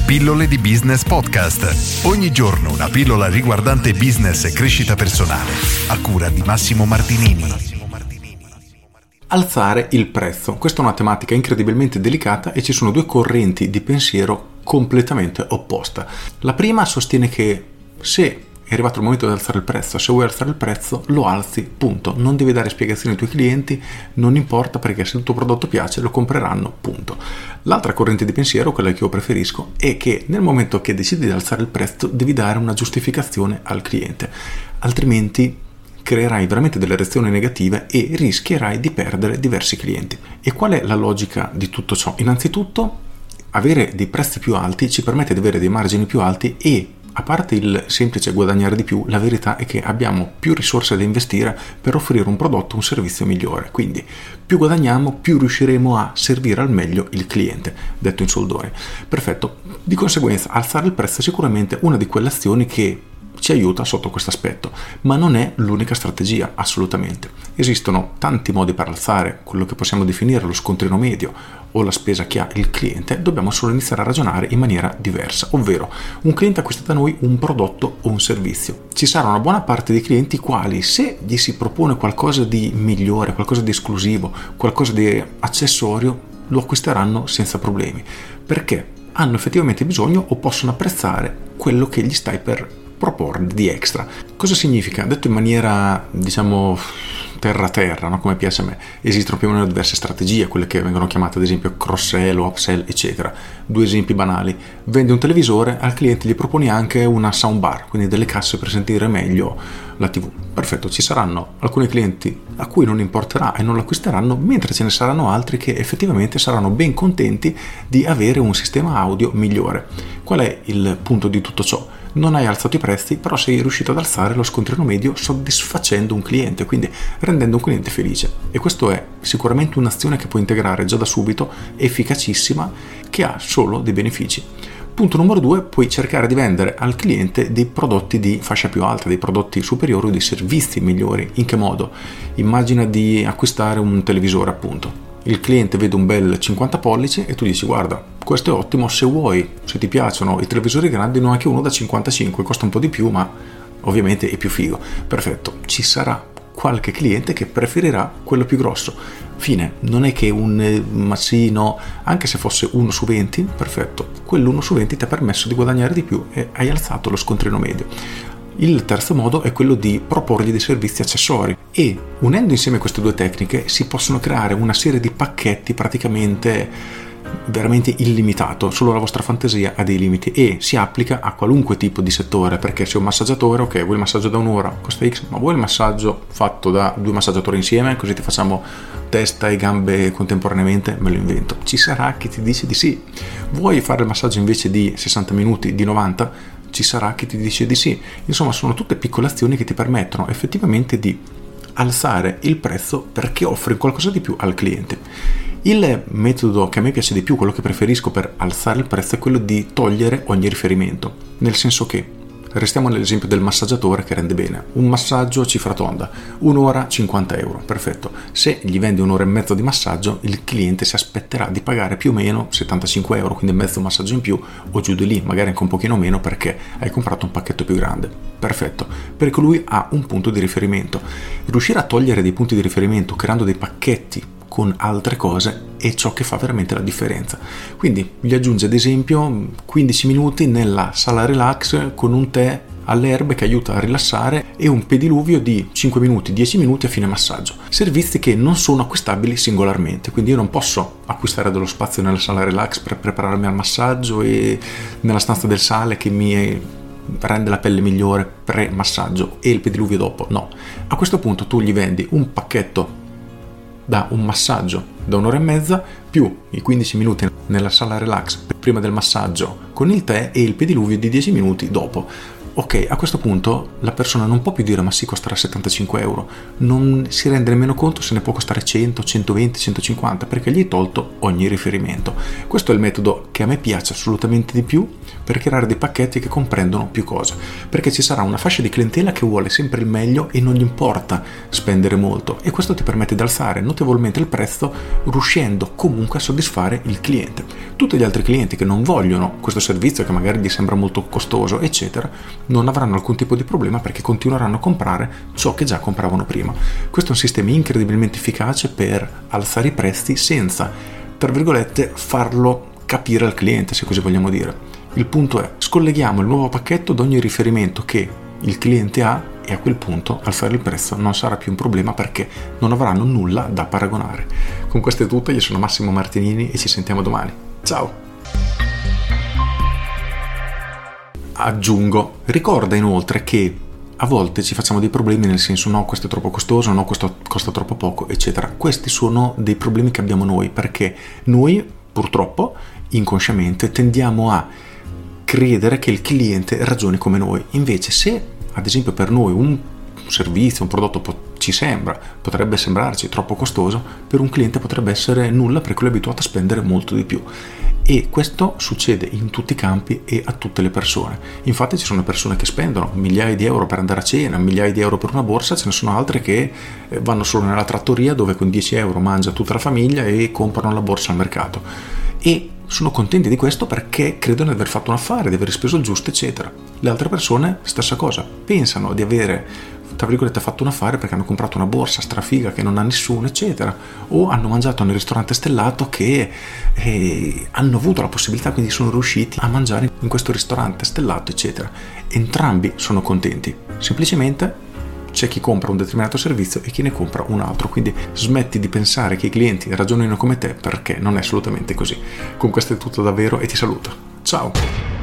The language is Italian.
Pillole di Business Podcast. Ogni giorno una pillola riguardante business e crescita personale. A cura di Massimo Martinini. Alzare il prezzo. Questa è una tematica incredibilmente delicata e ci sono due correnti di pensiero completamente opposte. La prima sostiene che se è arrivato il momento di alzare il prezzo, se vuoi alzare il prezzo lo alzi, punto. Non devi dare spiegazioni ai tuoi clienti, non importa, perché se il tuo prodotto piace lo compreranno, punto. L'altra corrente di pensiero, quella che io preferisco, è che nel momento che decidi di alzare il prezzo devi dare una giustificazione al cliente, altrimenti creerai veramente delle reazioni negative e rischierai di perdere diversi clienti. E qual è la logica di tutto ciò? Innanzitutto, avere dei prezzi più alti ci permette di avere dei margini più alti e, a parte il semplice guadagnare di più, la verità è che abbiamo più risorse da investire per offrire un prodotto, un servizio migliore. Quindi più guadagniamo, più riusciremo a servire al meglio il cliente, detto in soldoni. Perfetto. Di conseguenza, alzare il prezzo è sicuramente una di quelle azioni che ci aiuta sotto questo aspetto, ma non è l'unica strategia, assolutamente. Esistono tanti modi per alzare quello che possiamo definire lo scontrino medio o la spesa che ha il cliente. Dobbiamo solo iniziare a ragionare in maniera diversa, ovvero un cliente acquista da noi un prodotto o un servizio. Ci sarà una buona parte di clienti quali, se gli si propone qualcosa di migliore, qualcosa di esclusivo, qualcosa di accessorio, lo acquisteranno senza problemi, perché hanno effettivamente bisogno o possono apprezzare quello che gli stai per proporre di extra. Cosa significa? Detto in maniera, diciamo, terra, no? Come piace a me. Esistono più o meno diverse strategie, quelle che vengono chiamate ad esempio cross-sell o upsell, eccetera. Due esempi banali: vendi un televisore, al cliente gli proponi anche una soundbar, quindi delle casse per sentire meglio la TV. Perfetto, ci saranno alcuni clienti a cui non importerà e non l'acquisteranno, mentre ce ne saranno altri che effettivamente saranno ben contenti di avere un sistema audio migliore. Qual è il punto di tutto ciò? Non hai alzato i prezzi, però sei riuscito ad alzare lo scontrino medio soddisfacendo un cliente, quindi rendendo un cliente felice. E questo è sicuramente un'azione che puoi integrare già da subito, efficacissima, che ha solo dei benefici. Punto numero 2, puoi cercare di vendere al cliente dei prodotti di fascia più alta, dei prodotti superiori o dei servizi migliori. In che modo? Immagina di acquistare un televisore, appunto. Il cliente vede un bel 50 pollici e tu dici: guarda, questo è ottimo, se vuoi, se ti piacciono i televisori grandi, ne ho anche uno da 55, costa un po' di più ma ovviamente è più figo. Perfetto, ci sarà qualche cliente che preferirà quello più grosso. Fine. Non è che un massino, anche se fosse 1 su 20, perfetto, quell'1 su 20 ti ha permesso di guadagnare di più e hai alzato lo scontrino medio. Il terzo modo è quello di proporgli dei servizi accessori e, unendo insieme queste due tecniche, si possono creare una serie di pacchetti praticamente veramente illimitato. Solo la vostra fantasia ha dei limiti e si applica a qualunque tipo di settore, perché se un massaggiatore, ok, vuoi il massaggio da un'ora, costa X, ma vuoi il massaggio fatto da 2 massaggiatori insieme, così ti facciamo testa e gambe contemporaneamente? Me lo invento. Ci sarà chi ti dice di sì. Vuoi fare il massaggio invece di 60 minuti di 90? Ci sarà chi ti dice di sì. Insomma, sono tutte piccole azioni che ti permettono effettivamente di alzare il prezzo perché offri qualcosa di più al cliente. Il metodo che a me piace di più, quello che preferisco per alzare il prezzo, è quello di togliere ogni riferimento, nel senso che, restiamo nell'esempio del massaggiatore che rende bene, un massaggio cifra tonda, un'ora 50 euro, perfetto. Se gli vendi un'ora e mezzo di massaggio, il cliente si aspetterà di pagare più o meno 75 euro, quindi mezzo massaggio in più o giù di lì, magari anche un pochino meno perché hai comprato un pacchetto più grande. Perfetto, perché lui ha un punto di riferimento. Riuscire a togliere dei punti di riferimento creando dei pacchetti con altre cose è ciò che fa veramente la differenza. Quindi gli aggiunge ad esempio 15 minuti nella sala relax con un tè alle erbe che aiuta a rilassare e un pediluvio di 5 minuti, 10 minuti a fine massaggio. Servizi che non sono acquistabili singolarmente, quindi io non posso acquistare dello spazio nella sala relax per prepararmi al massaggio e nella stanza del sale che mi rende la pelle migliore pre-massaggio e il pediluvio dopo. No, a questo punto tu gli vendi un pacchetto da un massaggio da un'ora e mezza più i 15 minuti nella sala relax prima del massaggio con il tè e il pediluvio di 10 minuti dopo. Ok, a questo punto la persona non può più dire ma sì, costerà 75 euro, non si rende nemmeno conto se ne può costare 100, 120, 150, perché gli hai tolto ogni riferimento. Questo è il metodo che a me piace assolutamente di più per creare dei pacchetti che comprendono più cose, perché ci sarà una fascia di clientela che vuole sempre il meglio e non gli importa spendere molto, e questo ti permette di alzare notevolmente il prezzo riuscendo comunque a soddisfare il cliente. Tutti gli altri clienti che non vogliono questo servizio, che magari gli sembra molto costoso eccetera, non avranno alcun tipo di problema perché continueranno a comprare ciò che già compravano prima. Questo è un sistema incredibilmente efficace per alzare i prezzi senza, tra virgolette, farlo capire al cliente, se così vogliamo dire. Il punto è: scolleghiamo il nuovo pacchetto da ogni riferimento che il cliente ha, e a quel punto alzare il prezzo non sarà più un problema perché non avranno nulla da paragonare. Con questo è tutto, io sono Massimo Martinini e ci sentiamo domani. Ciao! Aggiungo, ricorda inoltre che a volte ci facciamo dei problemi nel senso no, questo è troppo costoso, no, questo costa troppo poco, eccetera. Questi sono dei problemi che abbiamo noi, perché noi purtroppo inconsciamente tendiamo a credere che il cliente ragioni come noi. Invece, se ad esempio per noi un servizio, un prodotto potrebbe sembrarci troppo costoso, per un cliente potrebbe essere nulla perché lui è abituato a spendere molto di più. E questo succede in tutti i campi e a tutte le persone. Infatti ci sono persone che spendono migliaia di euro per andare a cena, migliaia di euro per una borsa, ce ne sono altre che vanno solo nella trattoria dove con 10 euro mangia tutta la famiglia e comprano la borsa al mercato. E sono contenti di questo perché credono di aver fatto un affare, di aver speso il giusto, eccetera. Le altre persone, stessa cosa, pensano di avere, tra virgolette, fatto un affare perché hanno comprato una borsa strafiga che non ha nessuno, eccetera, o hanno mangiato nel ristorante stellato che hanno avuto la possibilità, quindi sono riusciti a mangiare in questo ristorante stellato, eccetera. Entrambi sono contenti, semplicemente c'è chi compra un determinato servizio e chi ne compra un altro, quindi smetti di pensare che i clienti ragionino come te, perché non è assolutamente così. Con questo è tutto davvero e ti saluto. Ciao!